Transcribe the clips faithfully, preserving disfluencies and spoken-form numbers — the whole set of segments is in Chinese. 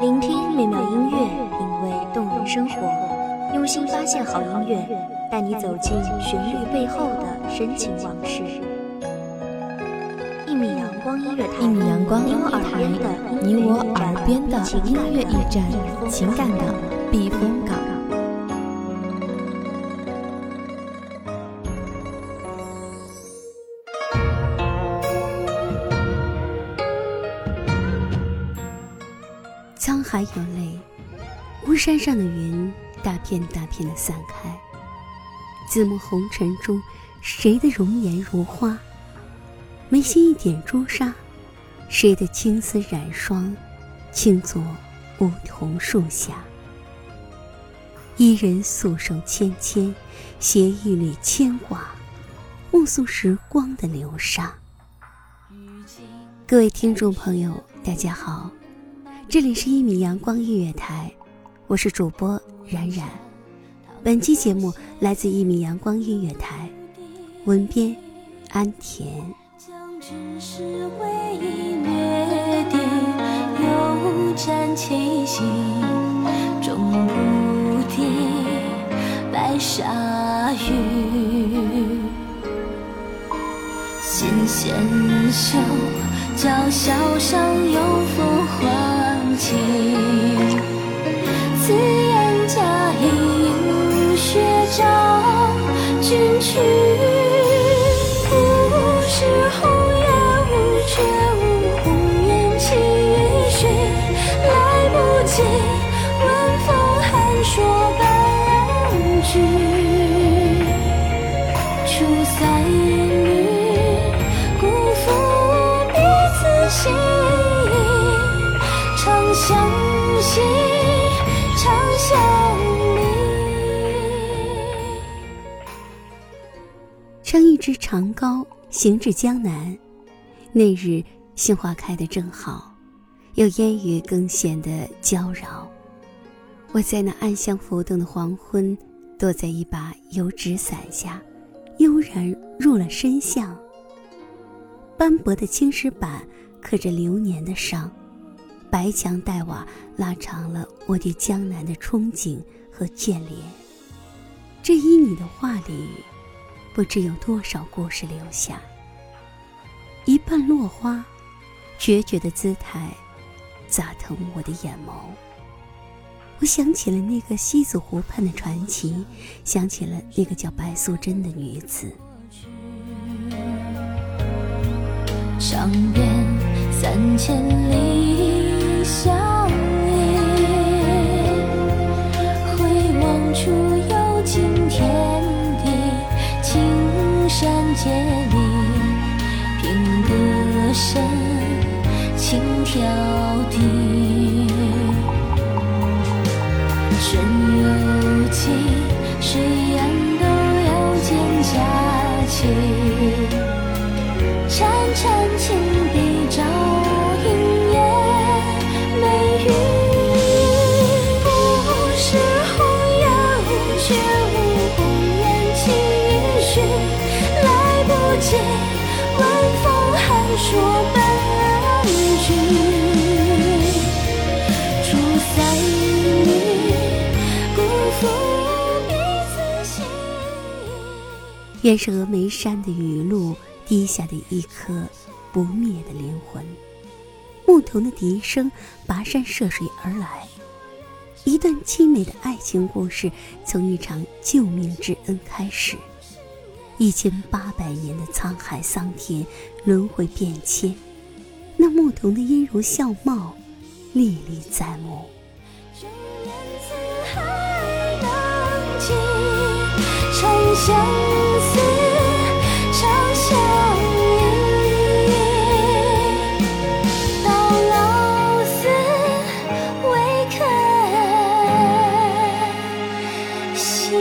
聆听美妙音乐，品味动人生活，用心发现好音乐，带你走进旋律背后的深情往事。一米阳光音乐台， 一米阳光音乐台， 你我耳边的音乐驿站，情感的避风港。 沧海有泪，巫山上的云大片大片的散开，紫陌红尘中，谁的容颜如花？眉心一点朱砂，谁的青丝染霜，倾作梧桐树下。一人素手纤纤，携一缕牵挂，目送时光的流沙。各位听众朋友，大家好，这里是一米阳光音乐台，我是主播冉冉。本期节目来自一米阳光音乐台，文编安田。 只是唯一约定，又沾七星，终不敌白沙雨。纤纤袖，娇笑上有幅黄旗，此言佳音血照君躯。不是红却无红颜弃绪，来不及闻风寒说半句。出塞女，辜负彼此心意，长相惜，长相离。 上一支长篙行至江南，那日杏花开得正好，有烟雨更显得娇娆。我在那暗香浮动的黄昏，躲在一把油纸伞下，悠然入了深巷。斑驳的青石板刻着流年的伤，白墙黛瓦拉长了我对江南的憧憬和眷恋。这一米的画里，不知有多少故事留下。一半落花，决绝的姿态砸疼我的眼眸。我想起了那个西子湖畔的传奇，想起了那个叫白素贞的女子。 上边三千里相依，回望处有尽天地，青山界里平歌声轻挑剔，身有情，谁人都要见佳期，潺潺情笔照映夜美玉。不是红颜却无红颜弃绪，来不及闻风寒说半句。出塞女，辜负彼此心意。 原是峨眉山的雨露滴下的一颗不灭的灵魂。牧童的笛声跋山涉水而来，一段凄美的爱情故事从一场救命之恩开始。一千八百年的沧海桑田，轮回变迁，那牧童的音如笑貌历历在目。 眷恋此海浪迹，长相思，长相依，到老死未肯惜。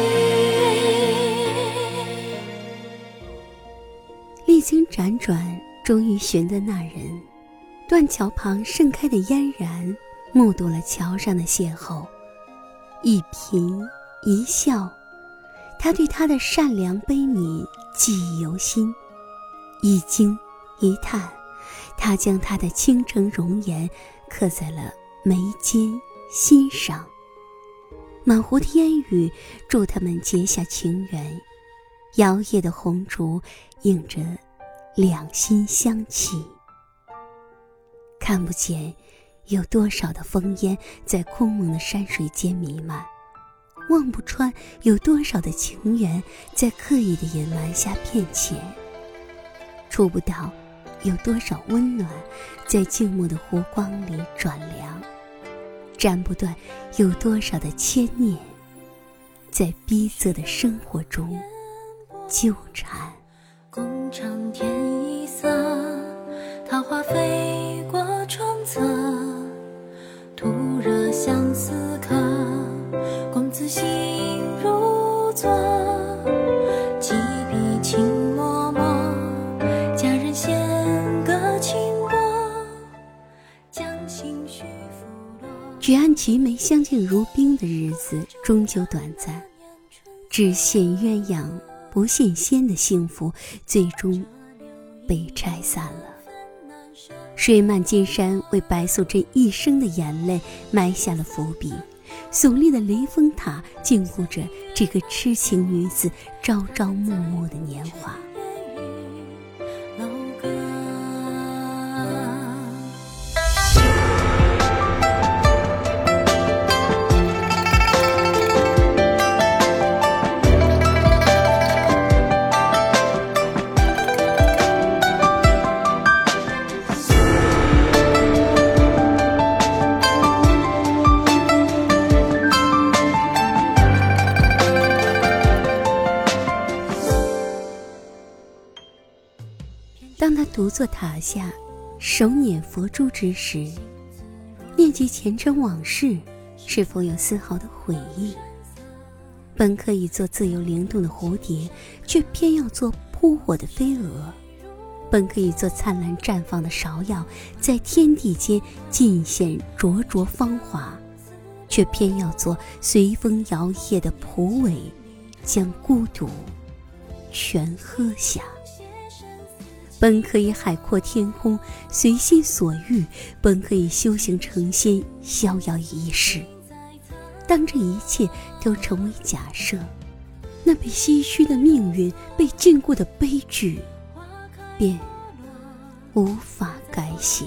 历经辗转，终于寻得那人。断桥旁盛开的嫣然，目睹了桥上的邂逅，一颦一笑，他对他的善良悲悯记忆犹新。一惊一叹，他将他的倾城容颜刻在了眉间欣赏。满湖的烟雨助他们结下情缘，摇曳的红烛映着两心相契。看不见有多少的烽烟在空蒙的山水间弥漫，望不穿有多少的情缘在刻意的隐瞒下骗钱，触不到有多少温暖在静默的湖光里转凉，斩不断有多少的牵念在逼仄的生活中纠缠。 共长天一色，桃花飞过窗侧，徒惹相思客，公子心如昨。几笔情脉脉，佳人弦歌轻拨，将心绪拂落。 举案齐眉相敬如宾的日子终究短暂，只羡鸳鸯不羡仙的幸福最终被拆散了。水漫金山为白素贞一生的眼泪埋下了伏笔，耸立的雷峰塔禁锢着这个痴情女子朝朝暮暮的年华。当他独坐塔下，手捻佛珠之时，念及前尘往事，是否有丝毫的悔意？本可以做自由灵动的蝴蝶，却偏要做扑火的飞蛾；本可以做灿烂绽放的芍药，在天地间尽显灼灼芳华，却偏要做随风摇曳的蒲苇，将孤独全喝下。本可以海阔天空，随心所欲，本可以修行成仙，逍遥一世。当这一切都成为假设，那被唏嘘的命运，被禁锢的悲剧，便无法改写。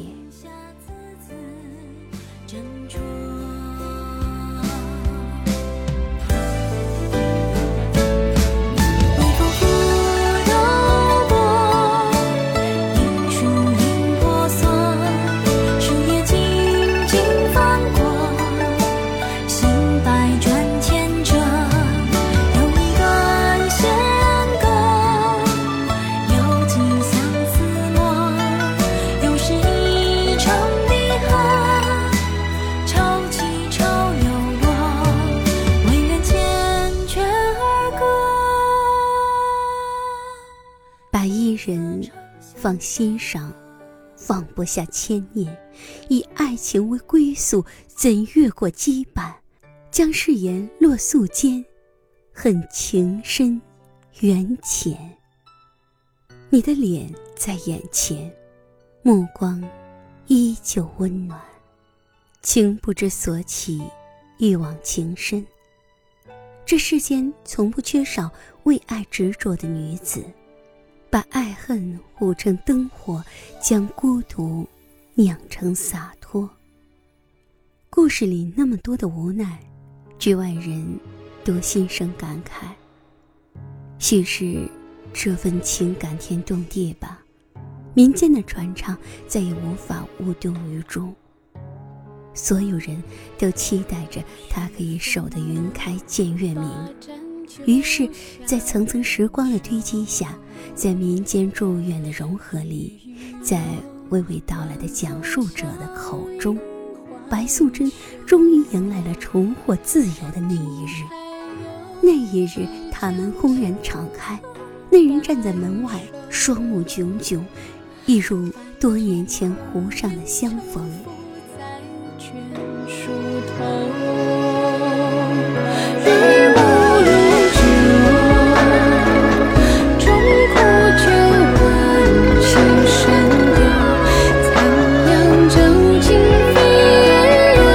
人放心上，放不下牵念，以爱情为归宿，怎越过羁绊？将誓言落素笺，恨情深缘浅。你的脸在眼前，目光依旧温暖，情不知所起，欲望情深。这世间从不缺少为爱执着的女子，把爱恨舞成灯火，将孤独酿成洒脱。故事里那么多的无奈，局外人都心生感慨。许是这份情感天动地吧，民间的传唱再也无法无动于衷。所有人都期待着他可以守得云开见月明，于是在层层时光的堆积下，在民间祝愿的融合里，在娓娓道来的讲述者的口中，白素贞终于迎来了重获自由的那一日。那一日，塔门轰然敞开，那人站在门外，双目炯炯，一如多年前湖上的相逢。 人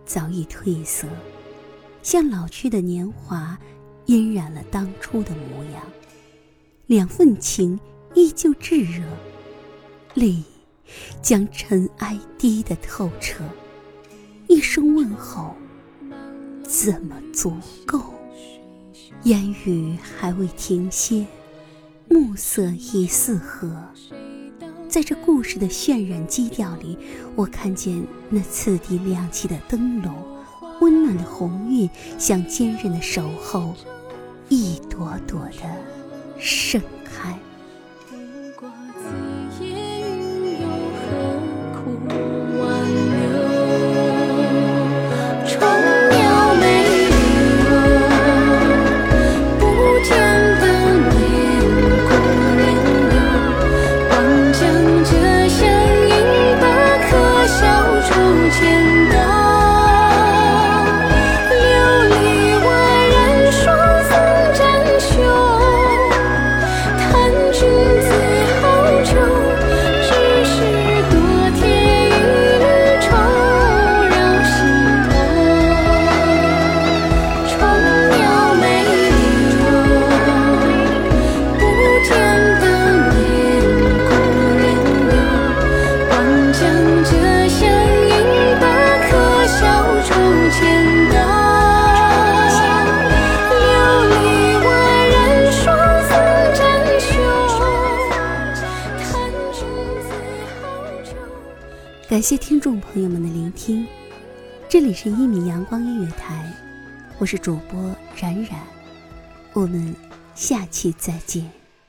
早已褪色，像老去的年华晕染了当初的模样。两份情依旧炙热，泪将尘埃滴得透彻。一声问候怎么足够？烟雨还未停歇，暮色已四合。在这故事的渲染基调里，我看见那次第亮起的灯笼，温暖的红晕像坚韧的守候，一朵朵的盛开。 不过此夜云又何苦挽留，虫鸟没留，不见当年故人游，望将这乡音把可笑愁牵到，琉璃瓦然双峰展袖，叹君最好酒，只是多添一缕愁绕心头。虫鸟没留，不见当年故人游，望将这乡音把可笑愁牵到，琉璃瓦然双峰展袖，叹君最好酒。 感谢听众朋友们的聆听，这里是一米阳光音乐台，我是主播冉冉，我们下期再见。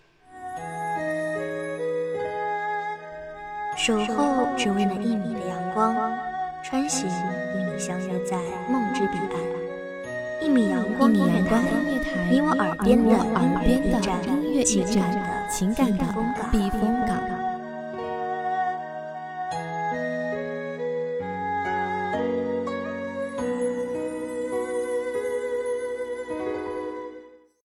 守候只为那一米的阳光，穿行与你相约在梦之彼岸。一米阳光音乐台，你我耳边的耳边的音乐驿站， 音乐驿站， 情感的情感的避风港避风港。